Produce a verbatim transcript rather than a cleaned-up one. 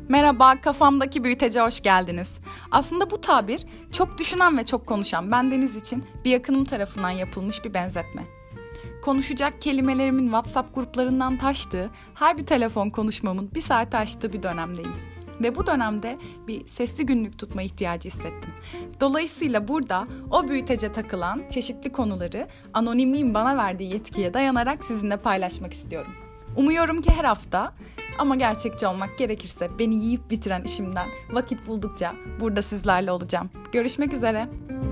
Merhaba, kafamdaki büyütece hoş geldiniz. Aslında bu tabir çok düşünen ve çok konuşan bendeniz için bir yakınım tarafından yapılmış bir benzetme. Konuşacak kelimelerimin WhatsApp gruplarından taştığı, her bir telefon konuşmamın bir saate aştığı bir dönemdeyim. Ve bu dönemde bir sesli günlük tutma ihtiyacı hissettim. Dolayısıyla burada o büyütece takılan çeşitli konuları anonimliğin bana verdiği yetkiye dayanarak sizinle paylaşmak istiyorum. Umuyorum ki her hafta, ama gerçekçi olmak gerekirse beni yiyip bitiren işimden vakit buldukça burada sizlerle olacağım. Görüşmek üzere.